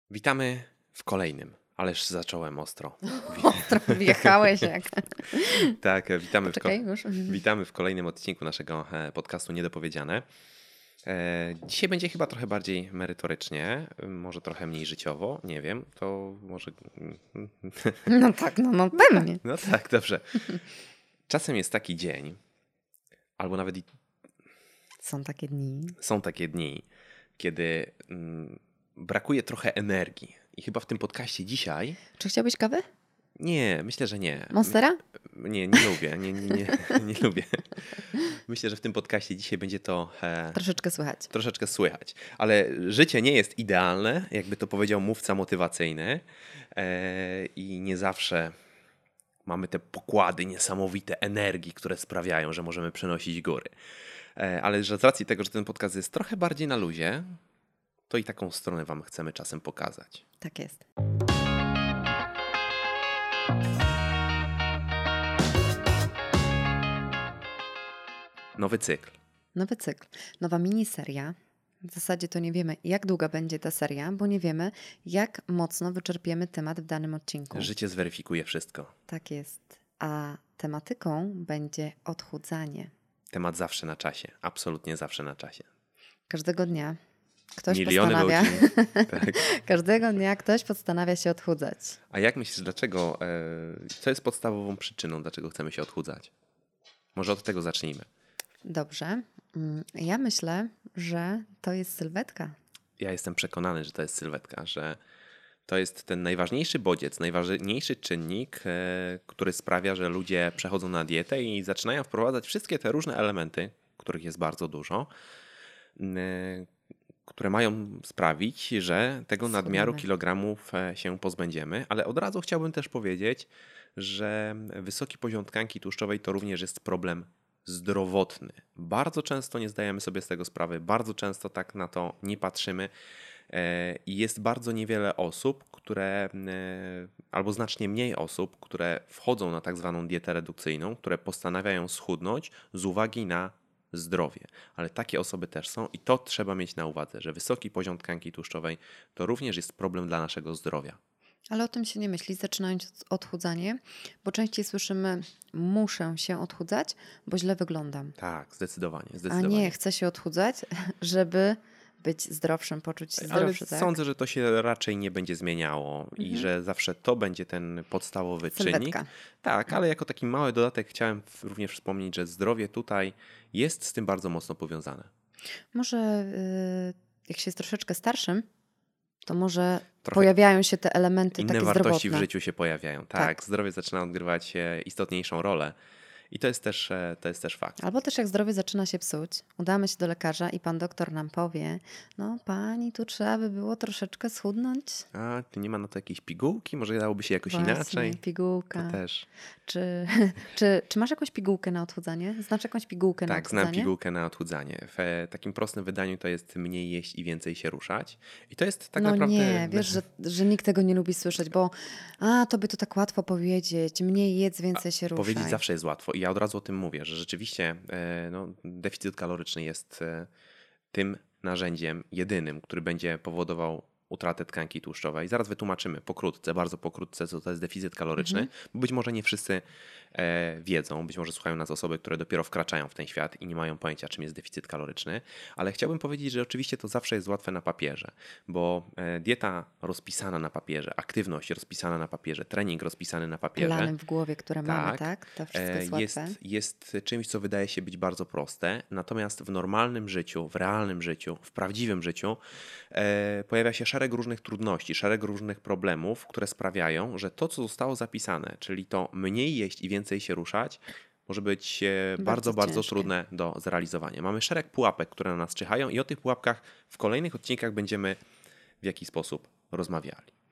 Witamy w kolejnym, ależ zacząłem ostro. Ostro wjechałeś jak. Tak, Poczekaj już. witamy w kolejnym odcinku naszego podcastu Niedopowiedziane. Dzisiaj będzie chyba trochę bardziej merytorycznie, może trochę mniej życiowo, nie wiem, to może... No tak, no pewnie. No tak, dobrze. Czasem jest taki dzień, albo nawet Są takie są takie dni. dni, kiedy brakuje trochę energii. I chyba w tym podcaście dzisiaj... Czy chciałbyś kawy? Nie, myślę, że nie. Monstera? Nie lubię. Nie lubię. Myślę, że w tym podcaście dzisiaj będzie to Troszeczkę słychać. słychać. Ale życie nie jest idealne, jakby to powiedział mówca motywacyjny. I nie zawsze mamy te pokłady niesamowite energii, które sprawiają, że możemy przenosić góry. Ale że z racji tego, że ten podcast jest trochę bardziej na luzie, to i taką stronę wam chcemy czasem pokazać. Tak jest. Nowy cykl. Nowy cykl. Nowa miniseria. W zasadzie to nie wiemy, jak długa będzie ta seria, bo nie wiemy, jak mocno wyczerpiemy temat w danym odcinku. Życie zweryfikuje wszystko. Tak jest. A tematyką będzie odchudzanie. Temat zawsze na czasie. Absolutnie zawsze na czasie. Każdego dnia ktoś Miliony postanawia. godzin. Tak. Każdego dnia ktoś postanawia się odchudzać. A jak myślisz, dlaczego, co jest podstawową przyczyną, dlaczego chcemy się odchudzać? Może od tego zacznijmy. Dobrze. Ja myślę, że to jest sylwetka. Ja jestem przekonany, że to jest sylwetka, że to jest ten najważniejszy bodziec, najważniejszy czynnik, który sprawia, że ludzie przechodzą na dietę i zaczynają wprowadzać wszystkie te różne elementy, których jest bardzo dużo, które mają sprawić, że tego nadmiaru kilogramów się pozbędziemy. Ale od razu chciałbym też powiedzieć, że wysoki poziom tkanki tłuszczowej to również jest problem zdrowotny. Bardzo często nie zdajemy sobie z tego sprawy, bardzo często tak na to nie patrzymy i jest bardzo niewiele osób, albo znacznie mniej osób, które wchodzą na tak zwaną dietę redukcyjną, które postanawiają schudnąć z uwagi na zdrowie. Ale takie osoby też są i to trzeba mieć na uwadze, że wysoki poziom tkanki tłuszczowej to również jest problem dla naszego zdrowia. Ale o tym się nie myśli, zaczynając odchudzanie, bo częściej słyszymy, muszę się odchudzać, bo źle wyglądam. Tak, zdecydowanie. A nie, chcę się odchudzać, żeby być zdrowszym, poczuć się zdrowszy. Ale tak? sądzę, że to się raczej nie będzie zmieniało i że zawsze to będzie ten podstawowy czynnik. Tak, ale jako taki mały dodatek chciałem również wspomnieć, że zdrowie tutaj jest z tym bardzo mocno powiązane. Może jak się jest troszeczkę starszym, to może pojawiają się te elementy inne takie wartości zdrowotne. w życiu się pojawiają. Tak, zdrowie zaczyna odgrywać istotniejszą rolę. I to jest też fakt. Albo też jak zdrowie zaczyna się psuć, udamy się do lekarza i pan doktor nam powie, no pani, tu trzeba by było troszeczkę schudnąć. A czy nie ma na to jakiejś pigułki? Może dałoby się jakoś Właśnie, inaczej? pigułka. To też. Czy masz jakąś pigułkę na odchudzanie? Znasz jakąś pigułkę na odchudzanie? Tak, znam pigułkę na odchudzanie. W takim prostym wydaniu to jest mniej jeść i więcej się ruszać. I to jest tak naprawdę... nie, wiesz, że nikt tego nie lubi słyszeć, bo tobie to tak łatwo powiedzieć, mniej jedz, więcej się ruszaj. Powiedzieć zawsze jest łatwo i ja od razu o tym mówię, że rzeczywiście deficyt kaloryczny jest tym narzędziem jedynym, który będzie powodował utratę tkanki tłuszczowej. Zaraz wytłumaczymy bardzo pokrótce, co to jest deficyt kaloryczny, bo być może nie wszyscy wiedzą, być może słuchają nas osoby, które dopiero wkraczają w ten świat i nie mają pojęcia, czym jest deficyt kaloryczny, ale chciałbym powiedzieć, że oczywiście to zawsze jest łatwe na papierze, bo dieta rozpisana na papierze, aktywność rozpisana na papierze, trening rozpisany na papierze. Plany w głowie, które mamy, tak? To wszystko jest łatwe. Jest czymś, co wydaje się być bardzo proste, natomiast w normalnym życiu, w realnym życiu, w prawdziwym życiu pojawia się szereg różnych trudności, szereg różnych problemów, które sprawiają, że to, co zostało zapisane, czyli to mniej jeść i więcej się ruszać, może być bardzo trudne do zrealizowania. Mamy szereg pułapek, które na nas czyhają i o tych pułapkach w kolejnych odcinkach będziemy w jakiś sposób rozmawiali.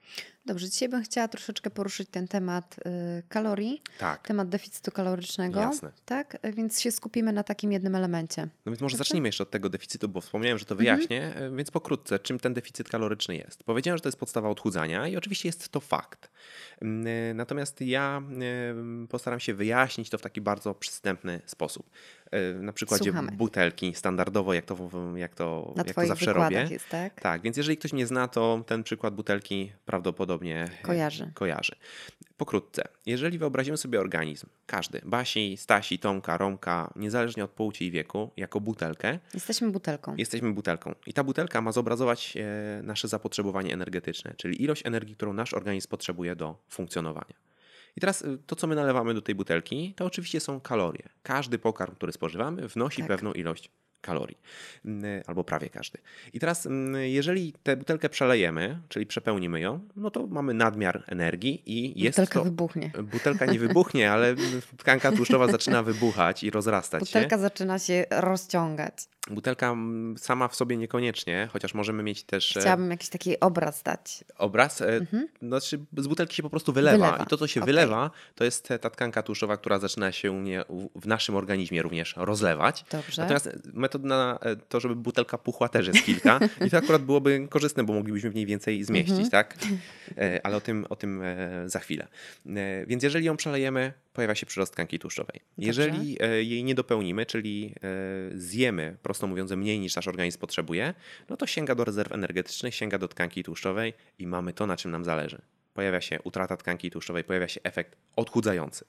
Dobrze, dzisiaj bym chciała troszeczkę poruszyć ten temat kalorii, Tak, temat deficytu kalorycznego, jasne. tak? Więc się skupimy na takim jednym elemencie. No więc może Dobrze? zacznijmy jeszcze od tego deficytu, bo wspomniałem, że to Mhm. wyjaśnię, więc pokrótce, czym ten deficyt kaloryczny jest. Powiedziałem, że to jest podstawa odchudzania i oczywiście jest to fakt. Natomiast ja postaram się wyjaśnić to w taki bardzo przystępny sposób. Na przykładzie Słuchamy. butelki, standardowo, jak to Na jak to Twoich zawsze wykładach robię. jest, tak? Tak, więc jeżeli ktoś mnie zna, to ten przykład butelki prawdopodobnie kojarzy. Pokrótce, jeżeli wyobrazimy sobie organizm, każdy, Basi, Stasi, Tomka, Romka, niezależnie od płci i wieku, jako butelkę, Jesteśmy butelką. jesteśmy butelką. I ta butelka ma zobrazować nasze zapotrzebowanie energetyczne, czyli ilość energii, którą nasz organizm potrzebuje do funkcjonowania. I teraz to, co my nalewamy do tej butelki, to oczywiście są kalorie. Każdy pokarm, który spożywamy, wnosi Tak. pewną ilość kalorii, albo prawie każdy. I teraz, jeżeli tę butelkę przelejemy, czyli przepełnimy ją, no to mamy nadmiar energii i jest Butelka to... wybuchnie. Butelka nie wybuchnie, ale tkanka tłuszczowa zaczyna wybuchać i rozrastać się. Butelka zaczyna się rozciągać. Butelka sama w sobie niekoniecznie, chociaż możemy mieć też Chciałabym jakiś taki obraz dać. obraz. Znaczy z butelki się po prostu wylewa. I to, co się Okej. wylewa, to jest ta tkanka tłuszczowa, która zaczyna się w naszym organizmie również rozlewać. Dobrze. Natomiast metod na to, żeby butelka puchła, też jest kilka. I to akurat byłoby korzystne, bo moglibyśmy w niej więcej zmieścić, tak? Ale o tym za chwilę. Więc jeżeli ją przelejemy, pojawia się przyrost tkanki tłuszczowej. Jeżeli jej nie dopełnimy, czyli zjemy, prosto mówiąc, mniej niż nasz organizm potrzebuje, no to sięga do rezerw energetycznych, sięga do tkanki tłuszczowej i mamy to, na czym nam zależy. Pojawia się utrata tkanki tłuszczowej, pojawia się efekt odchudzający.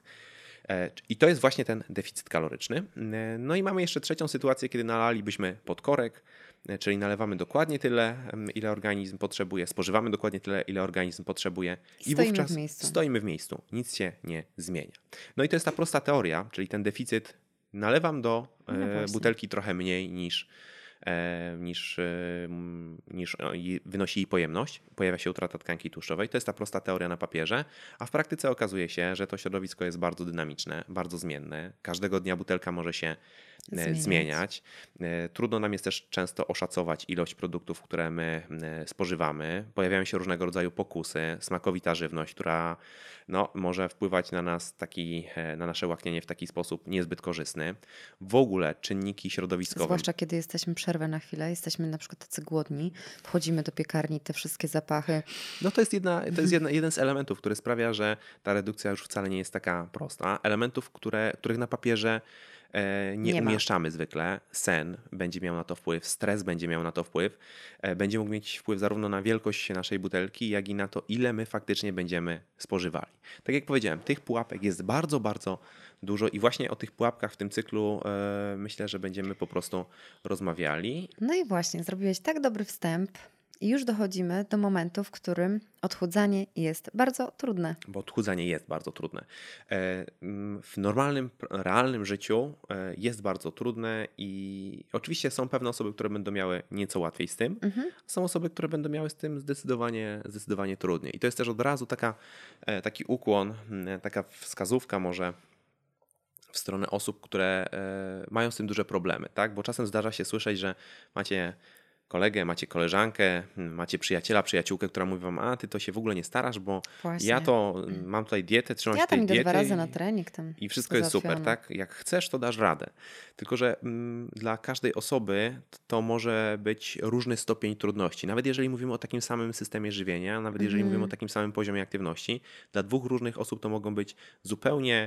I to jest właśnie ten deficyt kaloryczny. No i mamy jeszcze trzecią sytuację, kiedy nalalibyśmy podkorek, czyli nalewamy dokładnie tyle, ile organizm potrzebuje, spożywamy dokładnie tyle, ile organizm potrzebuje i Stoimy wówczas w miejscu. stoimy w miejscu. Nic się nie zmienia. No i to jest ta prosta teoria, czyli ten deficyt nalewam do właśnie. butelki trochę mniej niż wynosi jej pojemność. Pojawia się utrata tkanki tłuszczowej. To jest ta prosta teoria na papierze, a w praktyce okazuje się, że to środowisko jest bardzo dynamiczne, bardzo zmienne. Każdego dnia butelka może się zmieniać. Trudno nam jest też często oszacować ilość produktów, które my spożywamy. Pojawiają się różnego rodzaju pokusy, smakowita żywność, która może wpływać na nas na nasze łaknienie w taki sposób niezbyt korzystny. W ogóle czynniki środowiskowe. Zwłaszcza kiedy jesteśmy przerwę na chwilę, jesteśmy na przykład tacy głodni, wchodzimy do piekarni, te wszystkie zapachy. No to jest jeden z elementów, który sprawia, że ta redukcja już wcale nie jest taka prosta. Elementów, których na papierze nie ma. umieszczamy zwykle. Sen będzie miał na to wpływ, stres będzie miał na to wpływ. Będzie mógł mieć wpływ zarówno na wielkość naszej butelki, jak i na to, ile my faktycznie będziemy spożywali. Tak jak powiedziałem, tych pułapek jest bardzo, bardzo dużo i właśnie o tych pułapkach w tym cyklu myślę, że będziemy po prostu rozmawiali. No i właśnie, zrobiłeś tak dobry wstęp i już dochodzimy do momentu, w którym odchudzanie jest bardzo trudne. Bo odchudzanie jest bardzo trudne. W normalnym, realnym życiu jest bardzo trudne i oczywiście są pewne osoby, które będą miały nieco łatwiej z tym. Są osoby, które będą miały z tym zdecydowanie trudniej. I to jest też od razu taki ukłon, taka wskazówka może w stronę osób, które mają z tym duże problemy, tak? Bo czasem zdarza się słyszeć, że macie kolegę, macie koleżankę, macie przyjaciela, przyjaciółkę, która mówi wam, a ty to się w ogóle nie starasz, bo Właśnie. ja to mam tutaj dietę, trzymam Ja się tam tej idę diety 2 razy na trening. Tam i wszystko jest super, załatwione. tak? Jak chcesz, to dasz radę. Tylko, że dla każdej osoby to może być różny stopień trudności. Nawet jeżeli mówimy o takim samym systemie żywienia, nawet jeżeli mówimy o takim samym poziomie aktywności, dla dwóch różnych osób to mogą być zupełnie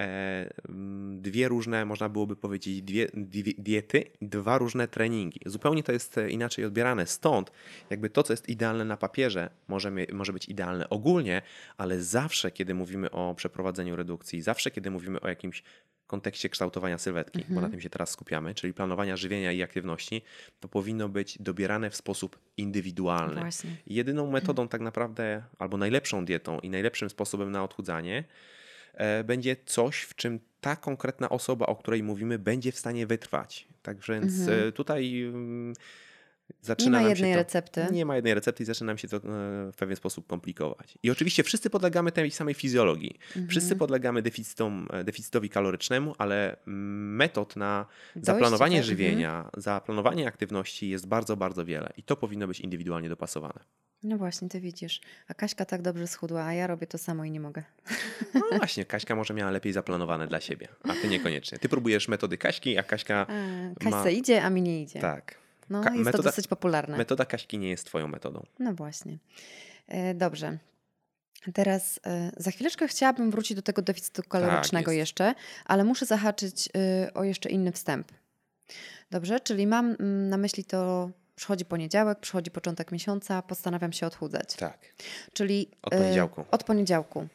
dwie różne, można byłoby powiedzieć, diety, 2 różne treningi. Zupełnie to jest inaczej odbierane. Stąd jakby to, co jest idealne na papierze, może być idealne ogólnie, ale zawsze, kiedy mówimy o przeprowadzeniu redukcji, zawsze, kiedy mówimy o jakimś kontekście kształtowania sylwetki, bo na tym się teraz skupiamy, czyli planowania żywienia i aktywności, to powinno być dobierane w sposób indywidualny. Właśnie. Jedyną metodą tak naprawdę, albo najlepszą dietą i najlepszym sposobem na odchudzanie będzie coś, w czym ta konkretna osoba, o której mówimy, będzie w stanie wytrwać. Tak więc tutaj zaczyna Nie ma nam się jednej to, recepty. Nie ma jednej recepty i zaczyna nam się to w pewien sposób komplikować. I oczywiście wszyscy podlegamy tej samej fizjologii. Wszyscy podlegamy deficytowi kalorycznemu, ale metod na zaplanowanie tak? żywienia, zaplanowanie aktywności jest bardzo, bardzo wiele. I to powinno być indywidualnie dopasowane. No właśnie, ty widzisz. A Kaśka tak dobrze schudła, a ja robię to samo i nie mogę. No właśnie, Kaśka może miała lepiej zaplanowane dla siebie, a ty niekoniecznie. Ty próbujesz metody Kaśki, a Kaśka ma... Kaśce idzie, a mi nie idzie. Tak. No, jest to dosyć popularne. Metoda Kaśki nie jest twoją metodą. No właśnie. Dobrze. Teraz za chwileczkę chciałabym wrócić do tego deficytu kalorycznego jest. jeszcze, ale muszę zahaczyć o jeszcze inny wstęp. Dobrze, czyli mam na myśli to, przychodzi poniedziałek, przychodzi początek miesiąca, postanawiam się odchudzać. Tak. Czyli Od poniedziałku. Od poniedziałku.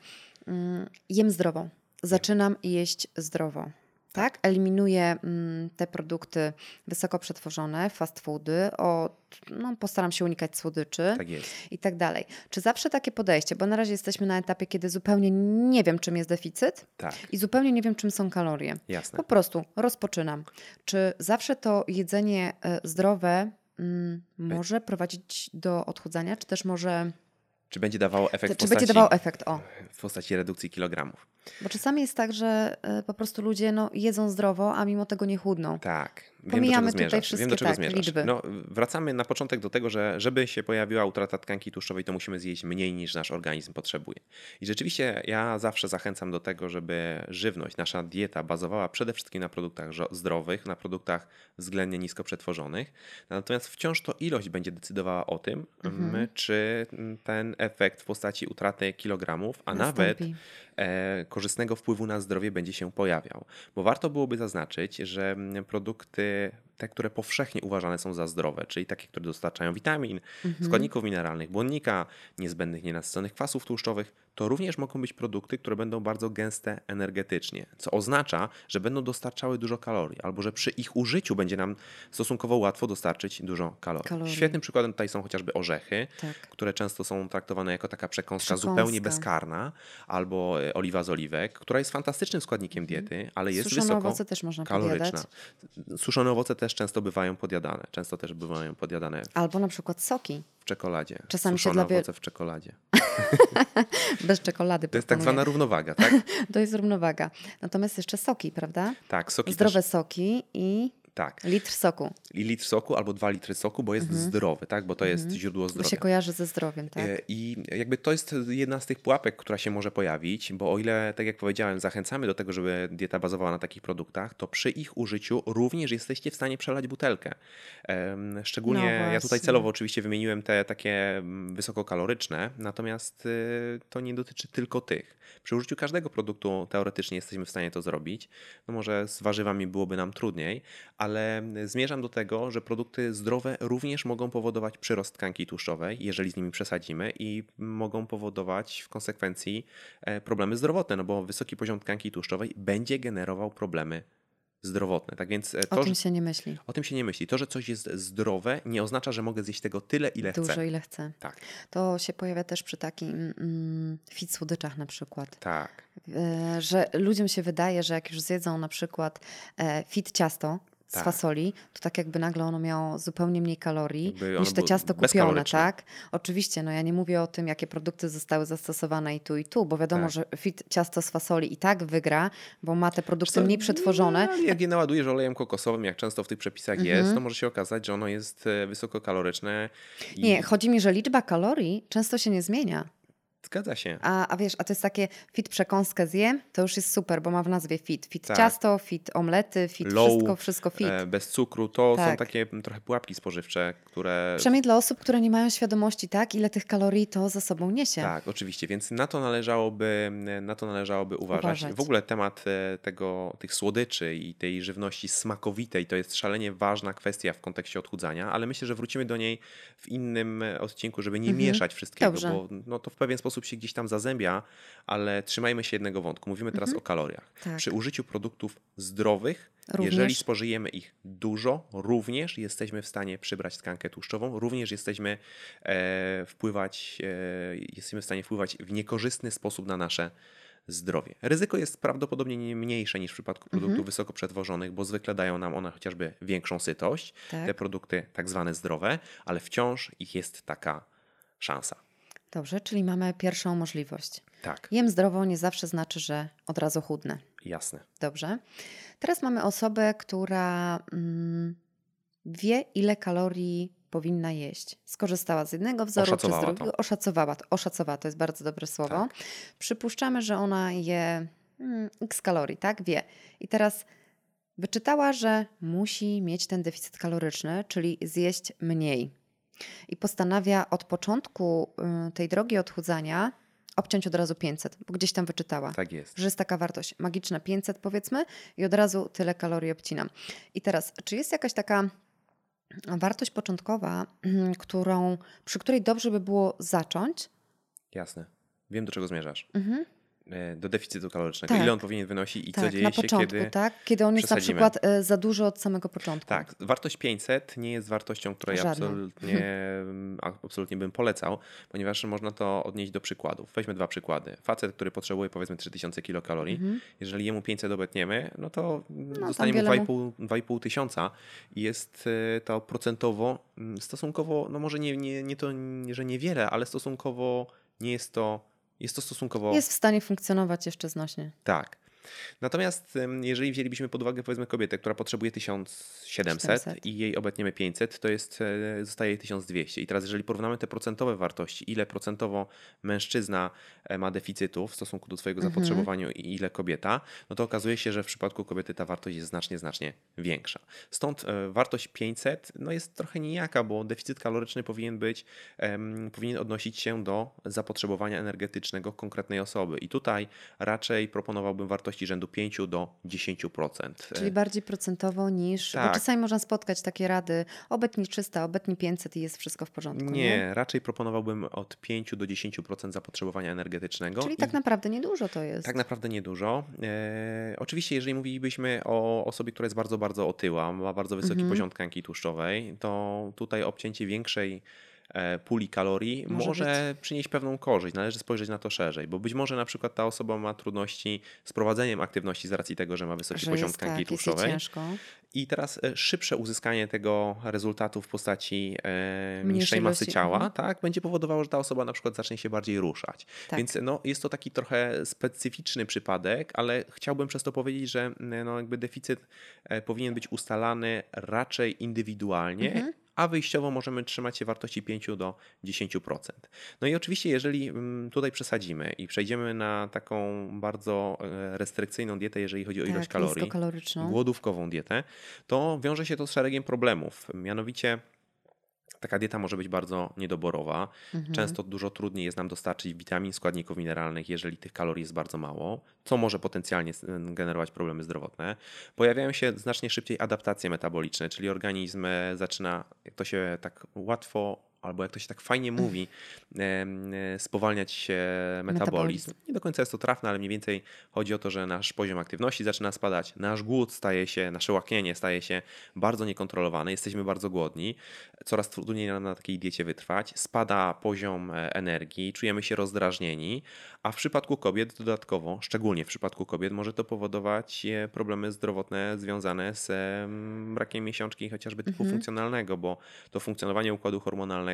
Jem zdrowo. Zaczynam jeść zdrowo. Tak? Eliminuję te produkty wysoko przetworzone, fast foody, postaram się unikać słodyczy Tak jest. i tak dalej. Czy zawsze takie podejście, bo na razie jesteśmy na etapie, kiedy zupełnie nie wiem, czym jest deficyt Tak. i zupełnie nie wiem, czym są kalorie. Jasne. Po prostu rozpoczynam. Czy zawsze to jedzenie zdrowe może prowadzić do odchudzania, czy też może... Czy będzie dawało efekt Czy będzie dawało efekt? w postaci redukcji kilogramów? Bo czasami jest tak, że po prostu ludzie jedzą zdrowo, a mimo tego nie chudną. Tak. Pomijamy tutaj wszystkie liczby. No, wracamy na początek do tego, że żeby się pojawiła utrata tkanki tłuszczowej, to musimy zjeść mniej niż nasz organizm potrzebuje. I rzeczywiście ja zawsze zachęcam do tego, żeby żywność, nasza dieta bazowała przede wszystkim na produktach zdrowych, na produktach względnie nisko przetworzonych. Natomiast wciąż to ilość będzie decydowała o tym, czy ten efekt w postaci utraty kilogramów, a nawet korzystnego wpływu na zdrowie będzie się pojawiał. Bo warto byłoby zaznaczyć, że produkty, te, które powszechnie uważane są za zdrowe, czyli takie, które dostarczają witamin, składników mineralnych, błonnika, niezbędnych nienasyconych kwasów tłuszczowych, to również mogą być produkty, które będą bardzo gęste energetycznie, co oznacza, że będą dostarczały dużo kalorii, albo że przy ich użyciu będzie nam stosunkowo łatwo dostarczyć dużo kalorii. Świetnym przykładem tutaj są chociażby orzechy, które często są traktowane jako taka przekąska zupełnie bezkarna, albo oliwa z oliwek, która jest fantastycznym składnikiem diety, ale jest Suszone wysoko owoce też można kaloryczna. podjadać. Suszone owoce też często bywają podjadane. Albo na przykład soki. W czekoladzie. Czasami Suszone owoce w czekoladzie. Bez czekolady. To jest tak zwana równowaga, tak? To jest równowaga. Natomiast jeszcze soki, prawda? Tak, soki zdrowe też. soki i litr soku. I litr soku albo 2 litry soku, bo jest zdrowy, tak? Bo to jest źródło zdrowia. Bo się kojarzy ze zdrowiem, tak? I jakby to jest jedna z tych pułapek, która się może pojawić, bo o ile, tak jak powiedziałem, zachęcamy do tego, żeby dieta bazowała na takich produktach, to przy ich użyciu również jesteście w stanie przelać butelkę. Szczególnie ja tutaj celowo oczywiście wymieniłem te takie wysokokaloryczne, natomiast to nie dotyczy tylko tych. Przy użyciu każdego produktu teoretycznie jesteśmy w stanie to zrobić. No może z warzywami byłoby nam trudniej, ale zmierzam do tego, że produkty zdrowe również mogą powodować przyrost tkanki tłuszczowej, jeżeli z nimi przesadzimy, i mogą powodować w konsekwencji problemy zdrowotne, no bo wysoki poziom tkanki tłuszczowej będzie generował problemy zdrowotne. Tak więc o tym się nie myśli. O tym się nie myśli. To, że coś jest zdrowe, nie oznacza, że mogę zjeść tego tyle, ile chcę. Dużo, ile chcę. Tak. To się pojawia też przy takim fit słodyczach na przykład. Tak. Że ludziom się wydaje, że jak już zjedzą na przykład fit ciasto z fasoli, to tak jakby nagle ono miało zupełnie mniej kalorii niż te ciasto kupione, tak? Oczywiście, ja nie mówię o tym, jakie produkty zostały zastosowane i tu, bo wiadomo, że fit ciasto z fasoli i tak wygra, bo ma te produkty mniej przetworzone. Jak je naładujesz olejem kokosowym, jak często w tych przepisach jest, to może się okazać, że ono jest wysokokaloryczne. Nie, chodzi mi, że liczba kalorii często się nie zmienia. Zgadza się. A wiesz, a to jest takie fit przekąskę zjem, to już jest super, bo ma w nazwie fit. Fit ciasto, fit omlety, fit wszystko fit. Bez cukru, to są takie trochę pułapki spożywcze, które... Przynajmniej dla osób, które nie mają świadomości, ile tych kalorii to za sobą niesie. Tak, oczywiście, więc na to należałoby uważać. W ogóle temat tych słodyczy i tej żywności smakowitej to jest szalenie ważna kwestia w kontekście odchudzania, ale myślę, że wrócimy do niej w innym odcinku, żeby nie mieszać wszystkiego, bo to w pewien sposób się gdzieś tam zazębia, ale trzymajmy się jednego wątku. Mówimy teraz o kaloriach. Tak. Przy użyciu produktów zdrowych, jeżeli spożyjemy ich dużo, również jesteśmy w stanie przybrać tkankę tłuszczową, również jesteśmy w stanie wpływać w niekorzystny sposób na nasze zdrowie. Ryzyko jest prawdopodobnie mniejsze niż w przypadku produktów wysoko przetworzonych, bo zwykle dają nam one chociażby większą sytość, te produkty tak zwane zdrowe, ale wciąż ich jest taka szansa. Dobrze, czyli mamy pierwszą możliwość. Tak. Jem zdrowo nie zawsze znaczy, że od razu chudnę. Jasne. Dobrze. Teraz mamy osobę, która wie, ile kalorii powinna jeść. Skorzystała z jednego wzoru czy z drugiego. Oszacowała, to jest bardzo dobre słowo. Tak. Przypuszczamy, że ona je x kalorii, tak? Wie. I teraz wyczytała, że musi mieć ten deficyt kaloryczny, czyli zjeść mniej. I postanawia od początku tej drogi odchudzania obciąć od razu 500, bo gdzieś tam wyczytała, Tak jest. że jest taka wartość magiczna 500 powiedzmy i od razu tyle kalorii obcinam. I teraz, czy jest jakaś taka wartość początkowa, przy której dobrze by było zacząć? Jasne. Wiem, do czego zmierzasz. Mhm. Do deficytu kalorycznego. Tak. Ile on powinien wynosić i co dzieje na się, początku, kiedy kiedy on jest przesadzimy. na przykład za dużo od samego początku. Tak, wartość 500 nie jest wartością, której absolutnie bym polecał, ponieważ można to odnieść do przykładów. Weźmy 2 przykłady. Facet, który potrzebuje powiedzmy 3000 kilokalorii, jeżeli jemu 500 obetniemy, no to zostanie mu 2,5 tysiąca i jest to procentowo, stosunkowo, no może nie to, że niewiele, ale stosunkowo nie jest to. Jest to stosunkowo. Jest w stanie funkcjonować jeszcze znośnie. Tak. Natomiast jeżeli wzięlibyśmy pod uwagę powiedzmy kobietę, która potrzebuje 1700 i jej obetniemy 500, to zostaje jej 1200. I teraz jeżeli porównamy te procentowe wartości, ile procentowo mężczyzna ma deficytu w stosunku do swojego zapotrzebowania i ile kobieta, no to okazuje się, że w przypadku kobiety ta wartość jest znacznie większa. Stąd wartość 500 no jest trochę nijaka, bo deficyt kaloryczny powinien odnosić się do zapotrzebowania energetycznego konkretnej osoby. I tutaj raczej proponowałbym wartości rzędu 5 do 10%. Czyli bardziej procentowo niż... Tak. Bo czasami można spotkać takie rady, obetnij 300, obetnij 500 i jest wszystko w porządku. Nie, raczej proponowałbym od 5 do 10% zapotrzebowania energetycznego. Czyli tak naprawdę niedużo to jest. Tak naprawdę niedużo. Oczywiście jeżeli mówilibyśmy o osobie, która jest bardzo, bardzo otyła, ma bardzo wysoki poziom tkanki tłuszczowej, to tutaj obcięcie większej puli kalorii może przynieść pewną korzyść. Należy spojrzeć na to szerzej, bo być może na przykład ta osoba ma trudności z prowadzeniem aktywności z racji tego, że ma wysoki poziom tkanki tłuszczowej. I teraz szybsze uzyskanie tego rezultatu w postaci mniejszej masy ciała, tak, będzie powodowało, że ta osoba na przykład zacznie się bardziej ruszać. Tak. Więc jest to taki trochę specyficzny przypadek, ale chciałbym przez to powiedzieć, że jakby deficyt powinien być ustalany raczej indywidualnie, a wyjściowo możemy trzymać się wartości 5 do 10%. No i oczywiście, jeżeli tutaj przesadzimy i przejdziemy na taką bardzo restrykcyjną dietę, jeżeli chodzi o ilość kalorii, głodówkową dietę, to wiąże się to z szeregiem problemów. Mianowicie taka dieta może być bardzo niedoborowa. Często dużo trudniej jest nam dostarczyć witamin, składników mineralnych, jeżeli tych kalorii jest bardzo mało, co może potencjalnie generować problemy zdrowotne. Pojawiają się znacznie szybciej adaptacje metaboliczne, czyli organizm zaczyna, jak to się tak łatwo, albo jak to się tak fajnie mówi, spowalniać się metabolizm. Nie do końca jest to trafne, ale mniej więcej chodzi o to, że nasz poziom aktywności zaczyna spadać, nasz głód nasze łaknienie staje się bardzo niekontrolowane, jesteśmy bardzo głodni, coraz trudniej nam na takiej diecie wytrwać, spada poziom energii, czujemy się rozdrażnieni, a w przypadku kobiet dodatkowo, szczególnie w przypadku kobiet, może to powodować problemy zdrowotne związane z brakiem miesiączki chociażby typu funkcjonalnego, bo to funkcjonowanie układu hormonalnego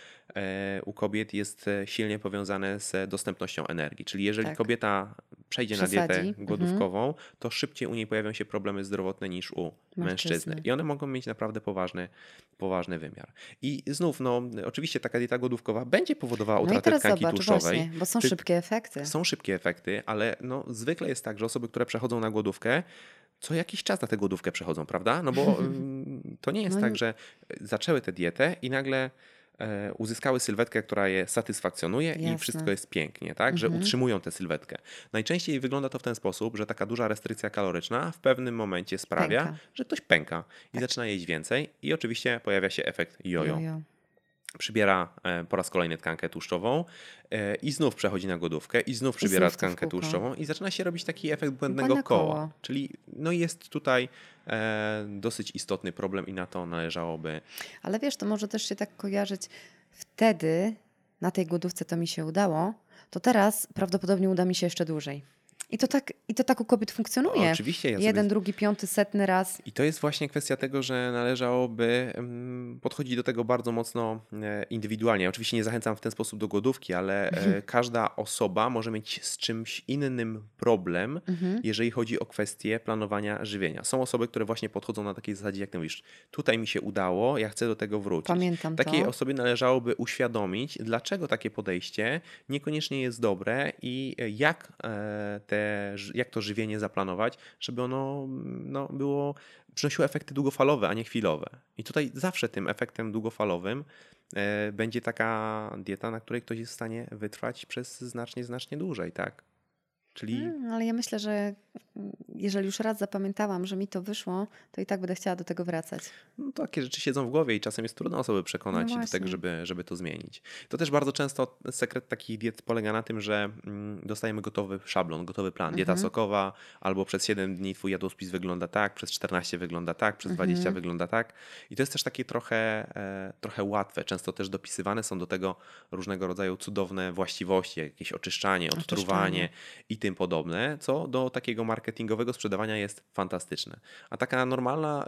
u kobiet jest silnie powiązane z dostępnością energii. Czyli jeżeli kobieta przejdzie na dietę głodówkową, to szybciej u niej pojawią się problemy zdrowotne niż u mężczyzny. I one mogą mieć naprawdę poważny wymiar. I znów, oczywiście taka dieta głodówkowa będzie powodowała utratę tkanki tłuszczowej. Właśnie, bo są szybkie efekty. Są szybkie efekty, ale zwykle jest tak, że osoby, które przechodzą na głodówkę, co jakiś czas na tę głodówkę przechodzą, prawda? No bo to nie jest tak, że zaczęły tę dietę i nagle uzyskały sylwetkę, która je satysfakcjonuje i wszystko jest pięknie, tak? Że utrzymują tę sylwetkę. Najczęściej wygląda to w ten sposób, że taka duża restrykcja kaloryczna w pewnym momencie sprawia, że ktoś pęka i zaczyna jeść więcej i oczywiście pojawia się efekt jojo. Przybiera po raz kolejny tkankę tłuszczową i znów przechodzi na głodówkę i znów przybiera tkankę tłuszczową i zaczyna się robić taki efekt błędnego koła. Czyli jest tutaj dosyć istotny problem i na to należałoby... Ale wiesz, to może też się tak kojarzyć wtedy, na tej głodówce to mi się udało, to teraz prawdopodobnie uda mi się jeszcze dłużej. I to tak u kobiet funkcjonuje. Oczywiście. Jeden, drugi, piąty, setny raz. I to jest właśnie kwestia tego, że należałoby podchodzić do tego bardzo mocno indywidualnie. Oczywiście nie zachęcam w ten sposób do głodówki, ale każda osoba może mieć z czymś innym problem, jeżeli chodzi o kwestię planowania żywienia. Są osoby, które właśnie podchodzą na takiej zasadzie, jak ty mówisz, tutaj mi się udało, ja chcę do tego wrócić. Pamiętam Takiej to. osobie należałoby uświadomić, dlaczego takie podejście niekoniecznie jest dobre i jak to żywienie zaplanować, żeby ono przynosiło efekty długofalowe, a nie chwilowe. I tutaj zawsze tym efektem długofalowym będzie taka dieta, na której ktoś jest w stanie wytrwać przez znacznie dłużej, tak? Czyli... Ale ja myślę, że jeżeli już raz zapamiętałam, że mi to wyszło, to i tak będę chciała do tego wracać. No, takie rzeczy siedzą w głowie i czasem jest trudno osoby przekonać do tego, żeby to zmienić. To też bardzo często sekret takich diet polega na tym, że dostajemy gotowy szablon, gotowy plan. Dieta sokowa albo przez 7 dni twój jadłospis wygląda tak, przez 14 wygląda tak, przez 20 wygląda tak. I to jest też takie trochę łatwe. Często też dopisywane są do tego różnego rodzaju cudowne właściwości, jakieś oczyszczanie, odtruwanie i tym podobne, co do takiego marketingowego sprzedawania jest fantastyczne. A taka normalna,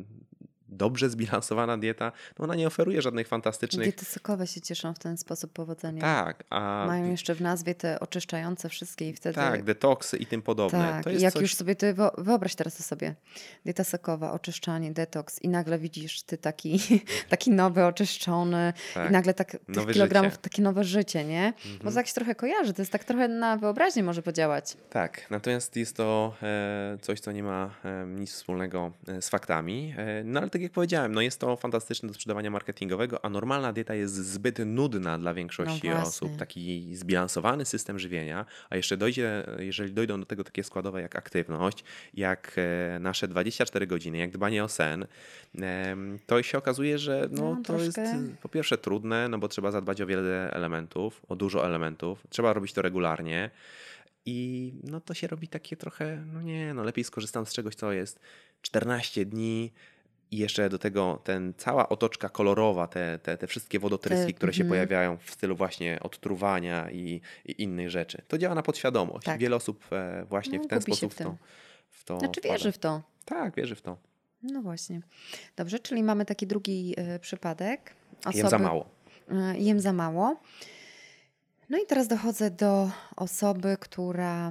dobrze zbilansowana dieta, no ona nie oferuje żadnych fantastycznych... Diety sokowe się cieszą w ten sposób powodzeniem. Tak. Mają jeszcze w nazwie te oczyszczające wszystkie i wtedy... Tak, detoksy i tym podobne. Tak, to jest jak już sobie ty wyobraź teraz sobie dieta sokowa, oczyszczanie, detoks i nagle widzisz ty taki nowy, oczyszczony i nagle tych kilogramów, życie. Takie nowe życie, nie? Bo to tak się trochę kojarzy, to jest tak trochę na wyobraźnię może podziałać. Tak, natomiast jest to coś, co nie ma nic wspólnego z faktami, no ale tak jak powiedziałem, no jest to fantastyczne do sprzedawania marketingowego, a normalna dieta jest zbyt nudna dla większości osób. Taki zbilansowany system żywienia, a jeszcze jeżeli dojdą do tego takie składowe jak aktywność, jak nasze 24 godziny, jak dbanie o sen, to się okazuje, że to jest po pierwsze trudne, no bo trzeba zadbać o wiele elementów, o dużo elementów, trzeba robić to regularnie. I to się robi takie trochę, lepiej skorzystam z czegoś, co jest 14 dni i jeszcze do tego cała otoczka kolorowa, te wszystkie wodotryski, które się pojawiają w stylu właśnie odtruwania i innych rzeczy. To działa na podświadomość. Tak. Wiele osób właśnie w ten sposób w to znaczy wierzy w to. Tak, wierzy w to. No właśnie. Dobrze, czyli mamy taki drugi przypadek. Jem za mało. Jem za mało. No i teraz dochodzę do osoby, która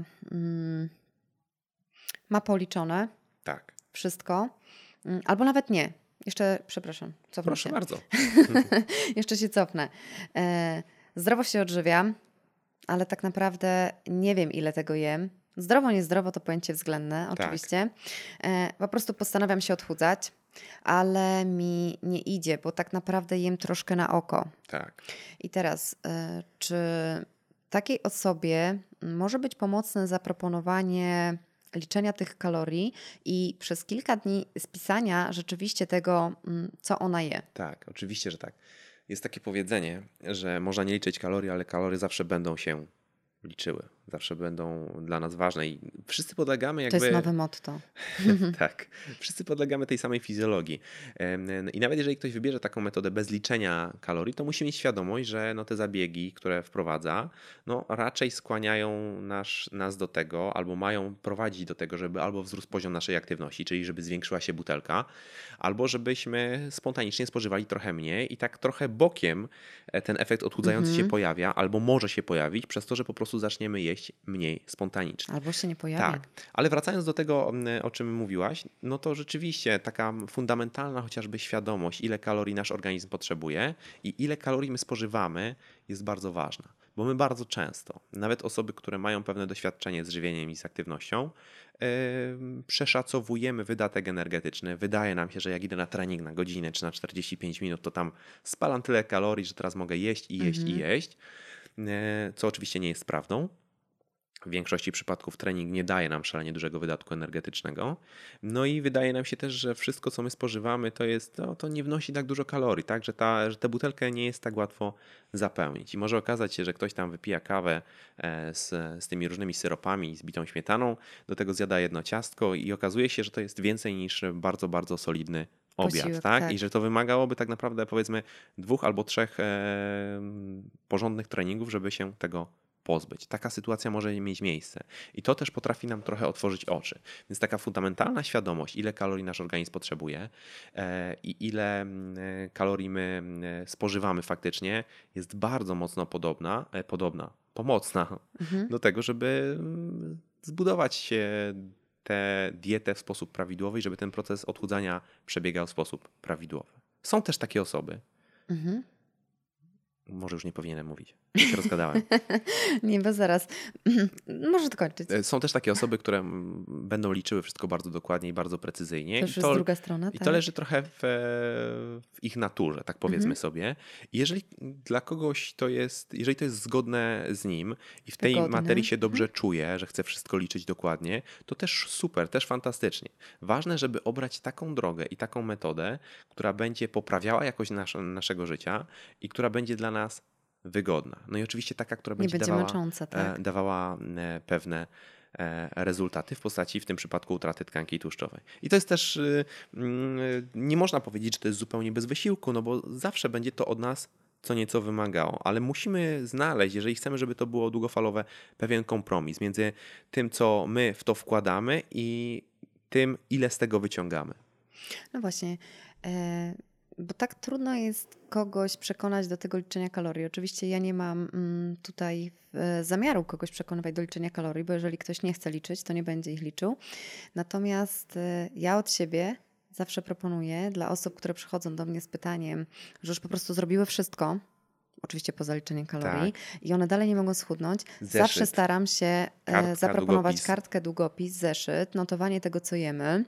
ma policzone wszystko, albo nawet nie. Jeszcze, przepraszam, cofnę Proszę się. bardzo. Jeszcze się cofnę. Zdrowo się odżywiam, ale tak naprawdę nie wiem, ile tego jem. Zdrowo, niezdrowo to pojęcie względne, oczywiście. Po prostu postanawiam się odchudzać, ale mi nie idzie, bo tak naprawdę jem troszkę na oko. Tak. I teraz, czy takiej osobie może być pomocne zaproponowanie liczenia tych kalorii i przez kilka dni spisania rzeczywiście tego, co ona je? Tak, oczywiście, że tak. Jest takie powiedzenie, że można nie liczyć kalorii, ale kalorie zawsze będą się liczyły. Zawsze będą dla nas ważne i wszyscy podlegamy jakby... To jest nowe motto. Tak. Wszyscy podlegamy tej samej fizjologii. I nawet jeżeli ktoś wybierze taką metodę bez liczenia kalorii, to musi mieć świadomość, że te zabiegi, które wprowadza, raczej skłaniają nas do tego, albo mają prowadzić do tego, żeby albo wzrósł poziom naszej aktywności, czyli żeby zwiększyła się butelka, albo żebyśmy spontanicznie spożywali trochę mniej i tak trochę bokiem ten efekt odchudzający się pojawia, albo może się pojawić przez to, że po prostu zaczniemy jeść mniej spontanicznie. Albo się nie pojawia. Tak, ale wracając do tego, o czym mówiłaś, to rzeczywiście taka fundamentalna chociażby świadomość, ile kalorii nasz organizm potrzebuje i ile kalorii my spożywamy, jest bardzo ważna. Bo my bardzo często, nawet osoby, które mają pewne doświadczenie z żywieniem i z aktywnością, przeszacowujemy wydatek energetyczny. Wydaje nam się, że jak idę na trening na godzinę czy na 45 minut, to tam spalam tyle kalorii, że teraz mogę jeść i jeść i jeść, co oczywiście nie jest prawdą. W większości przypadków trening nie daje nam szalenie dużego wydatku energetycznego. No i wydaje nam się też, że wszystko, co my spożywamy, to nie wnosi tak dużo kalorii, tak? Że tę butelkę nie jest tak łatwo zapełnić. I może okazać się, że ktoś tam wypija kawę z tymi różnymi syropami, z bitą śmietaną, do tego zjada jedno ciastko i okazuje się, że to jest więcej niż bardzo, bardzo solidny obiad, Posiłek, tak? I że to wymagałoby tak naprawdę powiedzmy 2 albo 3 porządnych treningów, żeby się tego pozbyć. Taka sytuacja może mieć miejsce i to też potrafi nam trochę otworzyć oczy. Więc taka fundamentalna świadomość, ile kalorii nasz organizm potrzebuje i ile kalorii my spożywamy faktycznie, jest bardzo mocno pomocna do tego, żeby zbudować tę dietę w sposób prawidłowy i żeby ten proces odchudzania przebiegał w sposób prawidłowy. Są też takie osoby, może już nie powinienem mówić, się rozgadałem. Nie, bo zaraz. Może dokończyć. Są też takie osoby, które będą liczyły wszystko bardzo dokładnie i bardzo precyzyjnie. To już jest druga strona. I to leży trochę w ich naturze, tak powiedzmy sobie. Jeżeli dla kogoś jeżeli to jest zgodne z nim i w tej materii się dobrze czuje, że chce wszystko liczyć dokładnie, to też super, też fantastycznie. Ważne, żeby obrać taką drogę i taką metodę, która będzie poprawiała jakość naszego życia i która będzie dla nas wygodna. No i oczywiście taka, która będzie dawała pewne rezultaty w postaci w tym przypadku utraty tkanki tłuszczowej. I to jest też, nie można powiedzieć, że to jest zupełnie bez wysiłku, no bo zawsze będzie to od nas co nieco wymagało, ale musimy znaleźć, jeżeli chcemy, żeby to było długofalowe, pewien kompromis między tym, co my w to wkładamy i tym, ile z tego wyciągamy. No właśnie, bo tak trudno jest kogoś przekonać do tego liczenia kalorii. Oczywiście ja nie mam tutaj zamiaru kogoś przekonywać do liczenia kalorii, bo jeżeli ktoś nie chce liczyć, to nie będzie ich liczył. Natomiast ja od siebie zawsze proponuję dla osób, które przychodzą do mnie z pytaniem, że już po prostu zrobiły wszystko, oczywiście poza liczeniem kalorii, i one dalej nie mogą schudnąć. Zawsze staram się zaproponować kartkę, długopis, zeszyt, notowanie tego, co jemy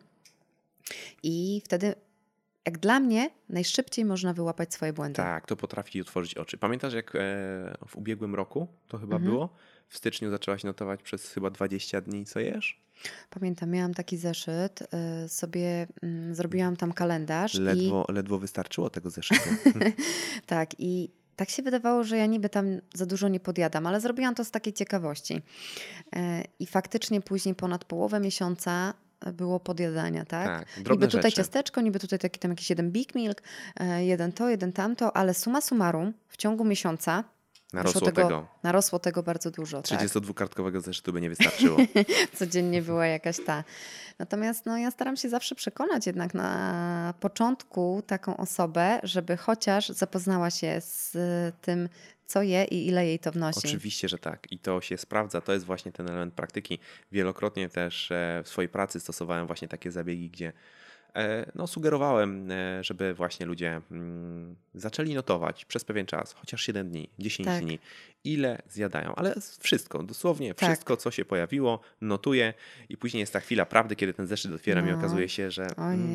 i wtedy jak dla mnie najszybciej można wyłapać swoje błędy. Tak, to potrafi otworzyć oczy. Pamiętasz, jak w ubiegłym roku to chyba było? W styczniu zaczęłaś notować przez chyba 20 dni, co jesz? Pamiętam, miałam taki zeszyt, sobie zrobiłam tam kalendarz. Ledwo wystarczyło tego zeszytu. Tak, i tak się wydawało, że ja niby tam za dużo nie podjadam, ale zrobiłam to z takiej ciekawości. I faktycznie później ponad połowę miesiąca było podjadania, tak? Niby tutaj rzeczy. Ciasteczko, niby tutaj taki tam jakiś jeden Big Milk, jeden to, jeden tamto, ale summa summarum w ciągu miesiąca narosło tego bardzo dużo. 32-kartkowego zeszytu by nie wystarczyło. Codziennie była jakaś ta. Natomiast ja staram się zawsze przekonać jednak na początku taką osobę, żeby chociaż zapoznała się z tym, co je i ile jej to wnosi. Oczywiście, że tak. I to się sprawdza. To jest właśnie ten element praktyki. Wielokrotnie też w swojej pracy stosowałem właśnie takie zabiegi, gdzie sugerowałem, żeby właśnie ludzie zaczęli notować przez pewien czas, chociaż 7 dni, 10 dni, ile zjadają. Ale wszystko, dosłownie wszystko, co się pojawiło, notuję i później jest ta chwila prawdy, kiedy ten zeszyt otwieram i okazuje się, że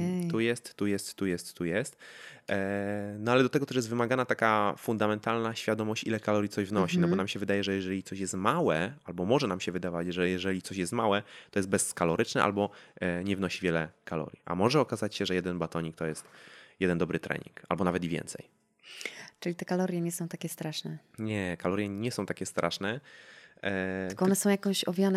tu jest. No ale do tego też jest wymagana taka fundamentalna świadomość, ile kalorii coś wnosi, no bo nam się wydaje, że jeżeli coś jest małe, albo może nam się wydawać, że jeżeli coś jest małe, to jest bezkaloryczne albo nie wnosi wiele kalorii. A może okazać się, że jeden batonik to jest jeden dobry trening, albo nawet i więcej. Czyli te kalorie nie są takie straszne? Nie, kalorie nie są takie straszne. Tylko one są jakoś owiane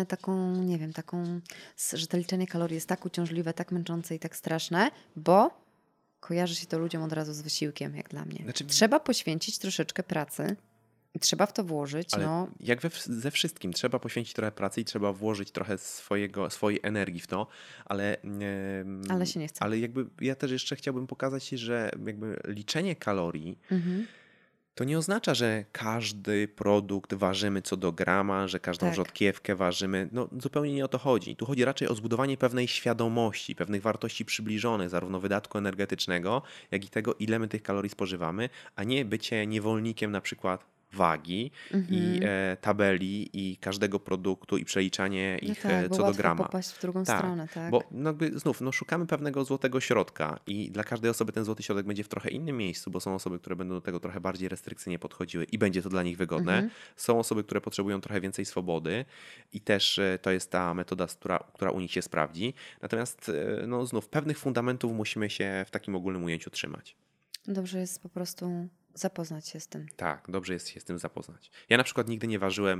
że to liczenie kalorii jest tak uciążliwe, tak męczące i tak straszne, bo kojarzy się to ludziom od razu z wysiłkiem, jak dla mnie. Trzeba poświęcić troszeczkę pracy i trzeba w to włożyć. Ale jak ze wszystkim, trzeba poświęcić trochę pracy i trzeba włożyć trochę swojej energii w to, ale się nie chce. Ale ja też jeszcze chciałbym pokazać, że liczenie kalorii to nie oznacza, że każdy produkt ważymy co do grama, że każdą rzodkiewkę ważymy. No zupełnie nie o to chodzi. Tu chodzi raczej o zbudowanie pewnej świadomości, pewnych wartości przybliżonych, zarówno wydatku energetycznego, jak i tego, ile my tych kalorii spożywamy, a nie bycie niewolnikiem na przykład wagi i tabeli i każdego produktu i przeliczanie ich co do grama. Popaść w drugą stronę. Tak. Bo znów szukamy pewnego złotego środka i dla każdej osoby ten złoty środek będzie w trochę innym miejscu, bo są osoby, które będą do tego trochę bardziej restrykcyjnie podchodziły i będzie to dla nich wygodne. Są osoby, które potrzebują trochę więcej swobody i też to jest ta metoda, która u nich się sprawdzi. Natomiast znów pewnych fundamentów musimy się w takim ogólnym ujęciu trzymać. Dobrze jest po prostu zapoznać się z tym. Tak, dobrze jest się z tym zapoznać. Ja na przykład nigdy nie ważyłem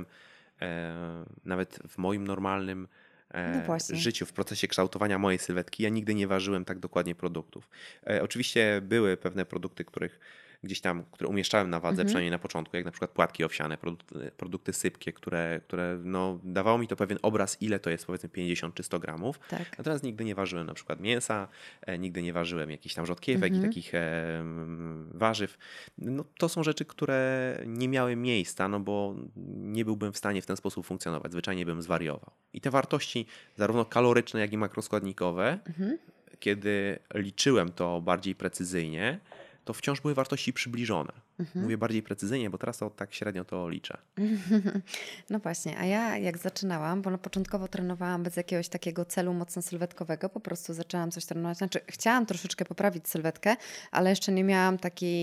nawet w moim normalnym życiu, w procesie kształtowania mojej sylwetki, ja nigdy nie ważyłem tak dokładnie produktów. Oczywiście były pewne produkty, których gdzieś tam, które umieszczałem na wadze, przynajmniej na początku, jak na przykład płatki owsiane, produkty sypkie, które no, dawało mi to pewien obraz, ile to jest, powiedzmy 50 czy 100 gramów. Tak. Natomiast nigdy nie ważyłem na przykład mięsa, nigdy nie ważyłem jakichś tam rzodkiewek i takich warzyw. No, to są rzeczy, które nie miały miejsca, no bo nie byłbym w stanie w ten sposób funkcjonować. Zwyczajnie bym zwariował. I te wartości, zarówno kaloryczne, jak i makroskładnikowe, kiedy liczyłem to bardziej precyzyjnie, to wciąż były wartości przybliżone. Mówię bardziej precyzyjnie, bo teraz to tak średnio to liczę. No właśnie, a ja jak zaczynałam, bo początkowo trenowałam bez jakiegoś takiego celu mocno sylwetkowego, po prostu zaczęłam coś trenować. Znaczy chciałam troszeczkę poprawić sylwetkę, ale jeszcze nie miałam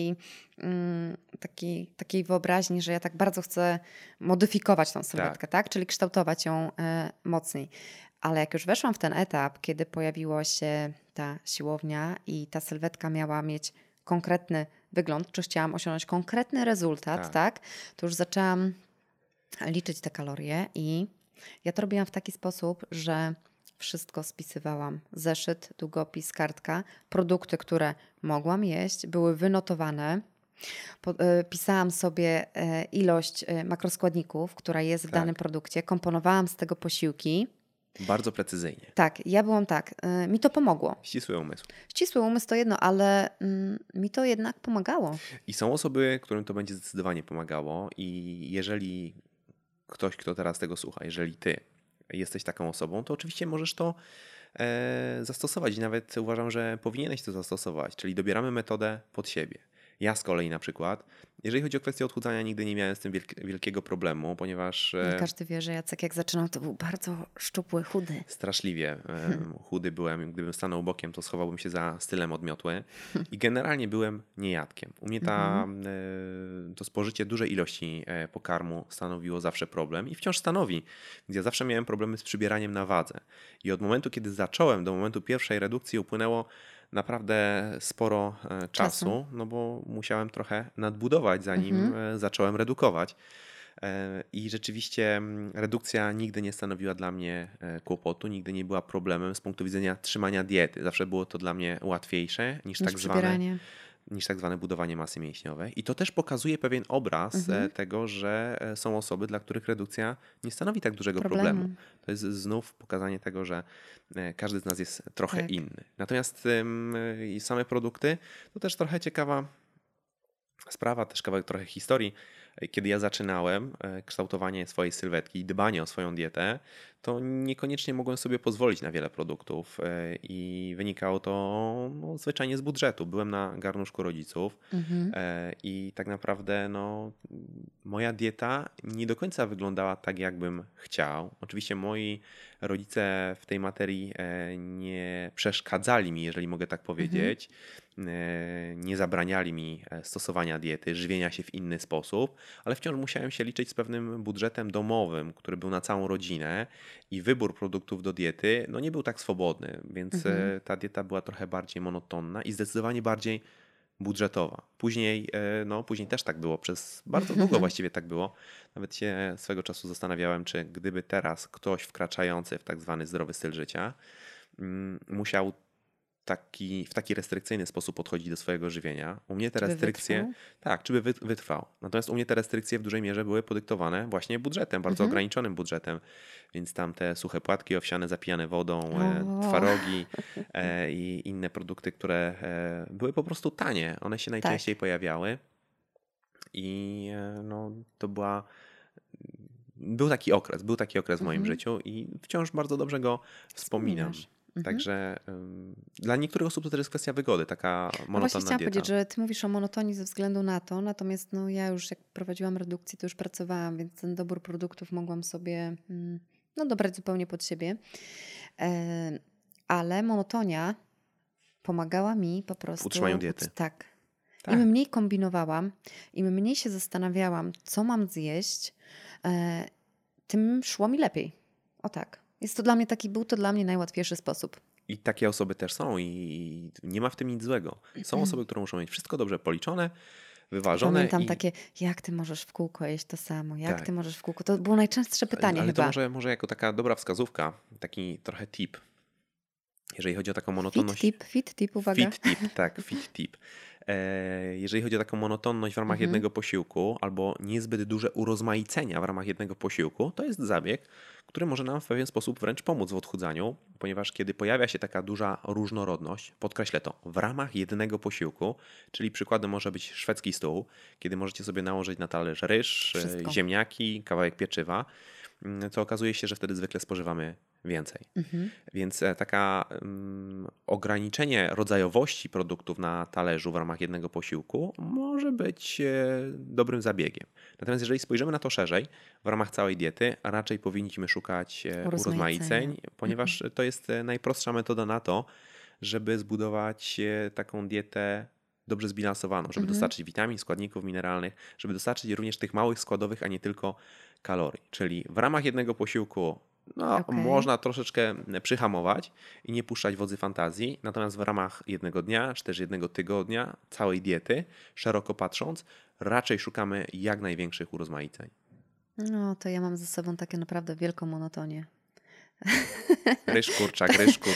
takiej wyobraźni, że ja tak bardzo chcę modyfikować tą sylwetkę, tak? Czyli kształtować ją mocniej. Ale jak już weszłam w ten etap, kiedy pojawiła się ta siłownia i ta sylwetka miała mieć konkretny wygląd, czy chciałam osiągnąć konkretny rezultat, tak? To już zaczęłam liczyć te kalorie i ja to robiłam w taki sposób, że wszystko spisywałam. Zeszyt, długopis, kartka, produkty, które mogłam jeść, były wynotowane. Pisałam sobie ilość makroskładników, która jest w danym produkcie, komponowałam z tego posiłki. Bardzo precyzyjnie. Tak, ja byłam tak. Mi to pomogło. Ścisły umysł. Ścisły umysł to jedno, ale mi to jednak pomagało. I są osoby, którym to będzie zdecydowanie pomagało i jeżeli ktoś, kto teraz tego słucha, jeżeli ty jesteś taką osobą, to oczywiście możesz to zastosować i nawet uważam, że powinieneś to zastosować, czyli dobieramy metodę pod siebie. Ja z kolei na przykład, jeżeli chodzi o kwestię odchudzania, nigdy nie miałem z tym wielkiego problemu, ponieważ... Każdy wie, że Jacek jak zaczynał, to był bardzo szczupły, chudy. Straszliwie chudy byłem. Gdybym stanął bokiem, to schowałbym się za stylem odmiotły. I generalnie byłem niejadkiem. U mnie to spożycie dużej ilości pokarmu stanowiło zawsze problem i wciąż stanowi. Więc ja zawsze miałem problemy z przybieraniem na wadze. I od momentu, kiedy zacząłem, do momentu pierwszej redukcji upłynęło naprawdę sporo czasu, no bo musiałem trochę nadbudować, zanim zacząłem redukować. I rzeczywiście redukcja nigdy nie stanowiła dla mnie kłopotu, nigdy nie była problemem z punktu widzenia trzymania diety. Zawsze było to dla mnie łatwiejsze niż tak zwane budowanie masy mięśniowej. I to też pokazuje pewien obraz tego, że są osoby, dla których redukcja nie stanowi tak dużego problemu. To jest znów pokazanie tego, że każdy z nas jest trochę inny. Natomiast same produkty to też trochę ciekawa sprawa, też kawałek trochę historii. Kiedy ja zaczynałem kształtowanie swojej sylwetki i dbanie o swoją dietę, to niekoniecznie mogłem sobie pozwolić na wiele produktów i wynikało to zwyczajnie z budżetu. Byłem na garnuszku rodziców i tak naprawdę moja dieta nie do końca wyglądała tak, jakbym chciał. Oczywiście moi rodzice w tej materii nie przeszkadzali mi, jeżeli mogę tak powiedzieć. Nie zabraniali mi stosowania diety, żywienia się w inny sposób, ale wciąż musiałem się liczyć z pewnym budżetem domowym, który był na całą rodzinę i wybór produktów do diety nie był tak swobodny, więc ta dieta była trochę bardziej monotonna i zdecydowanie bardziej budżetowa. Później też tak było, przez bardzo długo właściwie tak było. Nawet się swego czasu zastanawiałem, czy gdyby teraz ktoś wkraczający w tak zwany zdrowy styl życia musiał w taki restrykcyjny sposób podchodzić do swojego żywienia. U mnie te restrykcje... Tak, czy by wytrwał. Natomiast u mnie te restrykcje w dużej mierze były podyktowane właśnie budżetem, bardzo ograniczonym budżetem. Więc tam te suche płatki owsiane zapijane wodą, twarogi i inne produkty, które były po prostu tanie. One się najczęściej pojawiały. I to był taki okres w moim życiu i wciąż bardzo dobrze go wspominam. Także dla niektórych osób to też jest kwestia wygody, taka monotonna właśnie chciałam dieta. powiedzieć, że ty mówisz o monotonii ze względu na to, natomiast ja już jak prowadziłam redukcję, to już pracowałam, więc ten dobór produktów mogłam sobie dobrać zupełnie pod siebie. Ale monotonia pomagała mi po prostu... W utrzymaniu diety. Tak. Im mniej kombinowałam, im mniej się zastanawiałam, co mam zjeść, tym szło mi lepiej. O tak. Był to dla mnie najłatwiejszy sposób. I takie osoby też są i nie ma w tym nic złego. Są osoby, które muszą mieć wszystko dobrze policzone, wyważone. Pamiętam takie, jak ty możesz w kółko jeść to samo? Jak ty możesz w kółko? To było najczęstsze pytanie ale chyba. To może jako taka dobra wskazówka, taki trochę tip. Jeżeli chodzi o taką monotonność... Fit tip, uwaga. Fit tip, tak, fit tip. Jeżeli chodzi o taką monotonność w ramach jednego posiłku albo niezbyt duże urozmaicenia w ramach jednego posiłku, to jest zabieg, który może nam w pewien sposób wręcz pomóc w odchudzaniu, ponieważ kiedy pojawia się taka duża różnorodność, podkreślę to, w ramach jednego posiłku, czyli przykładem może być szwedzki stół, kiedy możecie sobie nałożyć na talerz ryż, Wszystko. ziemniaki, kawałek pieczywa, to okazuje się, że wtedy zwykle spożywamy więcej. Więc taka ograniczenie rodzajowości produktów na talerzu w ramach jednego posiłku może być dobrym zabiegiem. Natomiast jeżeli spojrzymy na to szerzej, w ramach całej diety raczej powinniśmy szukać urozmaiceń, ponieważ to jest najprostsza metoda na to, żeby zbudować taką dietę dobrze zbilansowaną, żeby dostarczyć witamin, składników mineralnych, żeby dostarczyć również tych małych składowych, a nie tylko kalorii. Czyli w ramach jednego posiłku można troszeczkę przyhamować i nie puszczać wodzy fantazji, natomiast w ramach jednego dnia, czy też jednego tygodnia, całej diety, szeroko patrząc, raczej szukamy jak największych urozmaiceń. No, to ja mam ze sobą takie naprawdę wielką monotonię. Ryż, kurczak,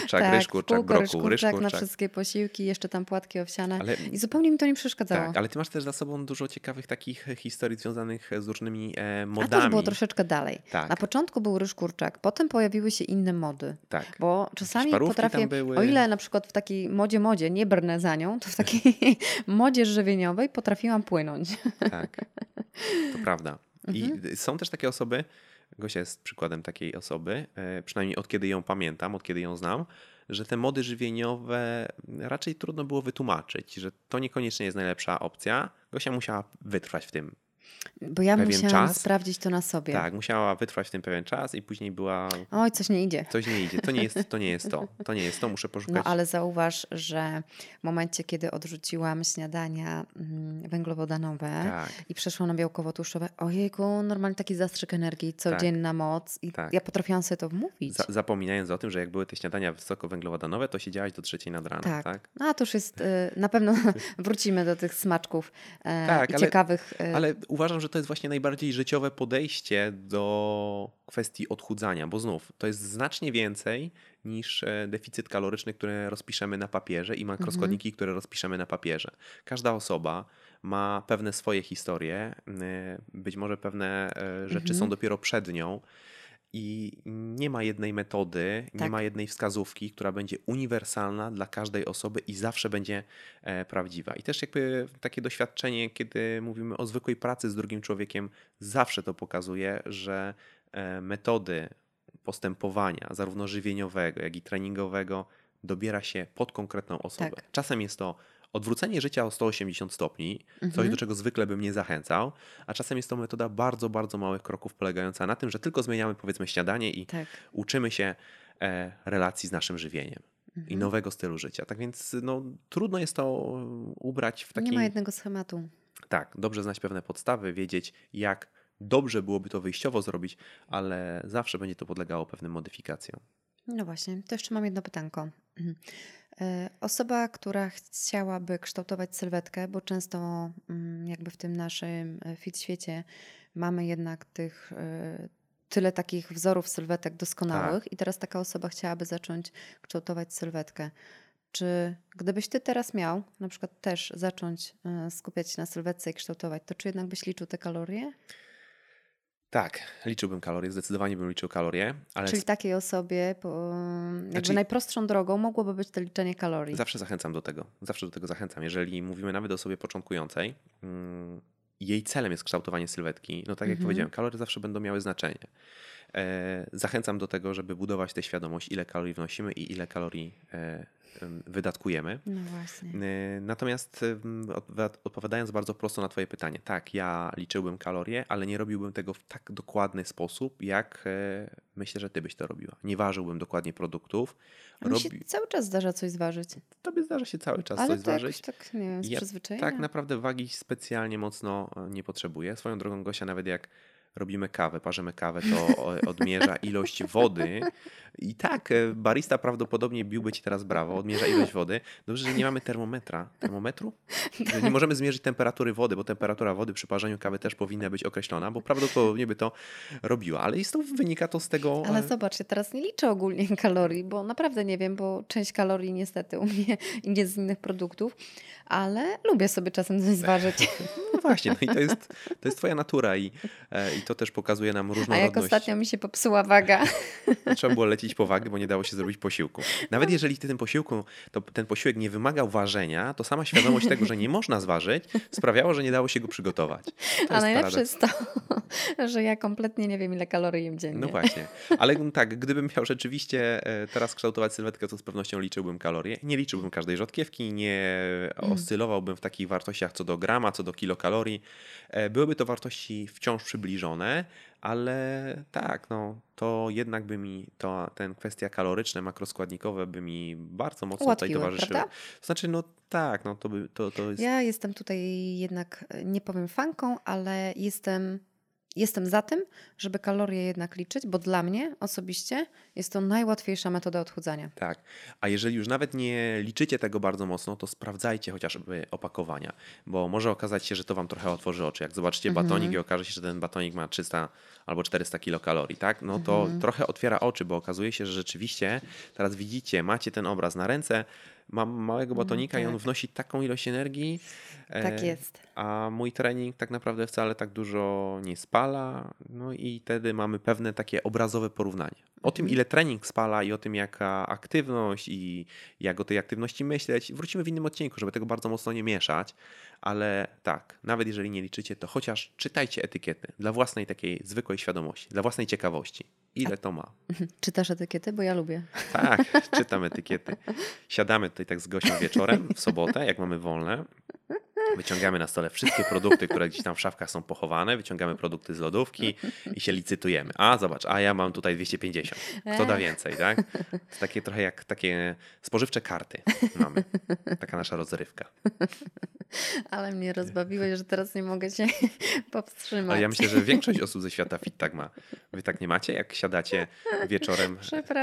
brokuł, ryż, kurczak. Na wszystkie posiłki, jeszcze tam płatki owsiane. I zupełnie mi to nie przeszkadzało. Tak, ale ty masz też za sobą dużo ciekawych takich historii związanych z różnymi modami. A to już było troszeczkę dalej. Tak. Na początku był ryż, kurczak, potem pojawiły się inne mody. Tak. Bo czasami potrafię, o ile na przykład w takiej modzie, nie brnę za nią, to w takiej modzie żywieniowej potrafiłam płynąć. Tak, to prawda. I są też takie osoby, Gosia jest przykładem takiej osoby, przynajmniej od kiedy ją pamiętam, od kiedy ją znam, że te mody żywieniowe raczej trudno było wytłumaczyć, że to niekoniecznie jest najlepsza opcja. Gosia musiała wytrwać w tym Bo ja pewien musiałam czas. sprawdzić to na sobie. Tak, musiała wytrwać w tym pewien czas i później była... Oj, coś nie idzie. Coś nie idzie. To nie jest to. Muszę poszukać... No ale zauważ, że w momencie, kiedy odrzuciłam śniadania węglowodanowe i przeszłam na białkowo-tłuszczowe, ojejku, normalnie taki zastrzyk energii, codzienna moc i ja potrafiłam sobie to wmówić. Zapominając o tym, że jak były te śniadania wysokowęglowodanowe, to siedziałaś do 3 nad ranem, tak? No a to już jest, na pewno wrócimy do tych smaczków ciekawych. Ale uważam, że to jest właśnie najbardziej życiowe podejście do kwestii odchudzania, bo znów to jest znacznie więcej niż deficyt kaloryczny, który rozpiszemy na papierze i makroskładniki, które rozpiszemy na papierze. Każda osoba ma pewne swoje historie, być może pewne rzeczy są dopiero przed nią. I nie ma jednej metody, nie ma jednej wskazówki, która będzie uniwersalna dla każdej osoby i zawsze będzie prawdziwa. I też jakby takie doświadczenie, kiedy mówimy o zwykłej pracy z drugim człowiekiem, zawsze to pokazuje, że metody postępowania, zarówno żywieniowego, jak i treningowego, dobiera się pod konkretną osobę. Czasem jest to odwrócenie życia o 180 stopni, coś do czego zwykle bym nie zachęcał, a czasem jest to metoda bardzo, bardzo małych kroków polegająca na tym, że tylko zmieniamy powiedzmy śniadanie i uczymy się relacji z naszym żywieniem i nowego stylu życia. Tak więc trudno jest to ubrać w taki... Nie ma jednego schematu. Tak, dobrze znać pewne podstawy, wiedzieć jak dobrze byłoby to wyjściowo zrobić, ale zawsze będzie to podlegało pewnym modyfikacjom. No właśnie, to jeszcze mam jedno pytanko. Osoba, która chciałaby kształtować sylwetkę, bo często jakby w tym naszym fit świecie mamy jednak tyle takich wzorów sylwetek doskonałych i teraz taka osoba chciałaby zacząć kształtować sylwetkę. Czy gdybyś ty teraz miał na przykład też zacząć skupiać się na sylwetce i kształtować, to czy jednak byś liczył te kalorie? Tak, liczyłbym kalorie, zdecydowanie bym liczył kalorie. Ale Czyli takiej osobie najprostszą drogą mogłoby być to liczenie kalorii. Zawsze zachęcam do tego. Zawsze do tego zachęcam. Jeżeli mówimy nawet o osobie początkującej, jej celem jest kształtowanie sylwetki, no tak jak powiedziałem, kalorie zawsze będą miały znaczenie. Zachęcam do tego, żeby budować tę świadomość, ile kalorii wnosimy i ile kalorii wydatkujemy. No właśnie. Natomiast odpowiadając bardzo prosto na twoje pytanie, tak, ja liczyłbym kalorie, ale nie robiłbym tego w tak dokładny sposób, jak myślę, że ty byś to robiła. Nie ważyłbym dokładnie produktów. Mi się cały czas zdarza coś zważyć. Tobie zdarza się cały czas coś zważyć. Ale tak, nie wiem, z przyzwyczajenia. Tak naprawdę wagi specjalnie mocno nie potrzebuję. Swoją drogą, Gosia, nawet jak robimy kawę, parzymy kawę, to odmierza ilość wody. I tak, barista prawdopodobnie biłby ci teraz brawo, odmierza ilość wody. Dobrze, że nie mamy termometru? Że nie możemy zmierzyć temperatury wody, bo temperatura wody przy parzeniu kawy też powinna być określona, bo prawdopodobnie by to robiła. Ale wynika to z tego... Ale zobacz, ja teraz nie liczę ogólnie kalorii, bo naprawdę nie wiem, bo część kalorii niestety u mnie jest z innych produktów, ale lubię sobie czasem coś zważyć. No właśnie, no i to jest twoja natura i to też pokazuje nam różnorodność. A jak ostatnio mi się popsuła waga. Trzeba było lecieć po wagę, bo nie dało się zrobić posiłku. Nawet jeżeli ten posiłek nie wymagał ważenia, to sama świadomość tego, że nie można zważyć, sprawiała, że nie dało się go przygotować. A najlepsze jest to, że ja kompletnie nie wiem, ile kalorii jem dziennie. No właśnie, ale tak, gdybym miał rzeczywiście teraz kształtować sylwetkę, to z pewnością liczyłbym kalorie. Nie liczyłbym każdej rzodkiewki, nie oscylowałbym w takich wartościach co do grama, co do kilokalorii. Byłyby to wartości wciąż przybliżone, ale tak, no to jednak by mi ten kwestia kaloryczne, makroskładnikowe by mi bardzo mocno ułatwiły, tutaj towarzyszyły. prawda? Znaczy, no tak, no to jest... Ja jestem tutaj jednak, nie powiem fanką, ale jestem za tym, żeby kalorie jednak liczyć, bo dla mnie osobiście jest to najłatwiejsza metoda odchudzania. Tak, a jeżeli już nawet nie liczycie tego bardzo mocno, to sprawdzajcie chociażby opakowania, bo może okazać się, że to wam trochę otworzy oczy. Jak zobaczycie batonik i okaże się, że ten batonik ma 300 albo 400 kilokalorii, tak? No to trochę otwiera oczy, bo okazuje się, że rzeczywiście teraz widzicie, macie ten obraz na ręce, mam małego batonika i on wnosi taką ilość energii. Tak jest. A mój trening tak naprawdę wcale tak dużo nie spala. No i wtedy mamy pewne takie obrazowe porównanie. O tym, ile trening spala i o tym, jaka aktywność i jak o tej aktywności myśleć, wrócimy w innym odcinku, żeby tego bardzo mocno nie mieszać. Ale tak, nawet jeżeli nie liczycie, to chociaż czytajcie etykiety dla własnej takiej zwykłej świadomości, dla własnej ciekawości. Ile to ma? Czytasz etykiety? Bo ja lubię. Tak, czytam etykiety. Siadamy tutaj tak z Gosią wieczorem w sobotę, jak mamy wolne. Wyciągamy na stole wszystkie produkty, które gdzieś tam w szafkach są pochowane, wyciągamy produkty z lodówki i się licytujemy. A zobacz, a ja mam tutaj 250. Kto da więcej, tak? To takie trochę jak takie spożywcze karty mamy. Taka nasza rozrywka. Ale mnie rozbawiłeś, że teraz nie mogę się powstrzymać. Ale ja myślę, że większość osób ze świata fit tak ma. Wy tak nie macie? Jak siadacie wieczorem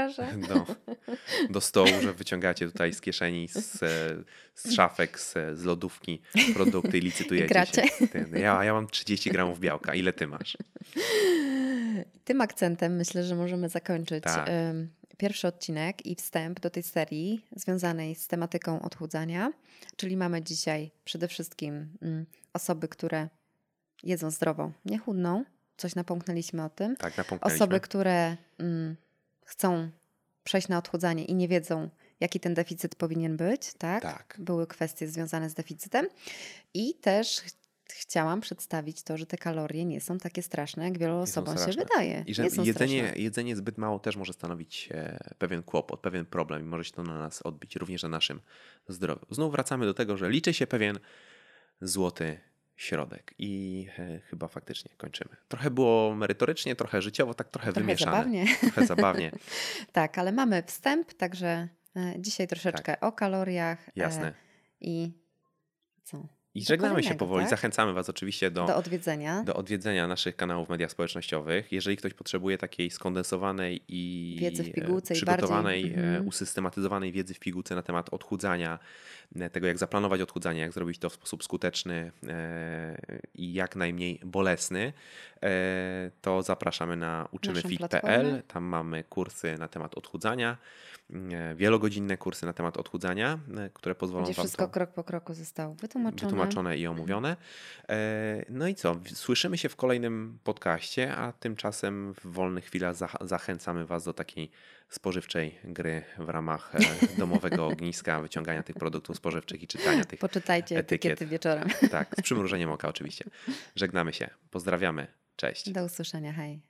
do stołu, że wyciągacie tutaj z kieszeni, z szafek, z lodówki produkty i licytujecie gracie. się. Ja mam 30 gramów białka. Ile ty masz? Tym akcentem myślę, że możemy zakończyć Tak. Pierwszy odcinek i wstęp do tej serii związanej z tematyką odchudzania. Czyli mamy dzisiaj przede wszystkim osoby, które jedzą zdrowo, nie chudną. Coś napomknęliśmy o tym. Tak, napomknęliśmy. Osoby, które chcą przejść na odchudzanie i nie wiedzą, jaki ten deficyt powinien być. Tak? Były kwestie związane z deficytem. I też chciałam przedstawić to, że te kalorie nie są takie straszne, jak wielu osobom się wydaje. I że jedzenie zbyt mało też może stanowić pewien kłopot, pewien problem i może się to na nas odbić, również na naszym zdrowiu. Znów wracamy do tego, że liczy się pewien złoty środek i chyba faktycznie kończymy. Trochę było merytorycznie, trochę życiowo, tak trochę wymieszane. Zabawnie. Trochę zabawnie. Tak, ale mamy wstęp, także dzisiaj troszeczkę o kaloriach. Jasne. I co? I żegnamy się powoli. Tak? Zachęcamy Was oczywiście do odwiedzenia naszych kanałów w mediach społecznościowych. Jeżeli ktoś potrzebuje takiej skondensowanej i wiedzy w pigułce przygotowanej, usystematyzowanej wiedzy w pigułce na temat odchudzania, tego jak zaplanować odchudzanie, jak zrobić to w sposób skuteczny i jak najmniej bolesny, to zapraszamy na uczymyfit.pl. Tam mamy kursy na temat odchudzania, wielogodzinne kursy na temat odchudzania, które pozwolą Wam wszystko krok po kroku zostało wytłumaczone i omówione. No i co? Słyszymy się w kolejnym podcaście, a tymczasem w wolnych chwilach zachęcamy Was do takiej spożywczej gry w ramach domowego ogniska, wyciągania tych produktów spożywczych i czytania tych Poczytajcie etykiety wieczorem. Tak, z przymrużeniem oka oczywiście. Żegnamy się. Pozdrawiamy. Cześć. Do usłyszenia. Hej.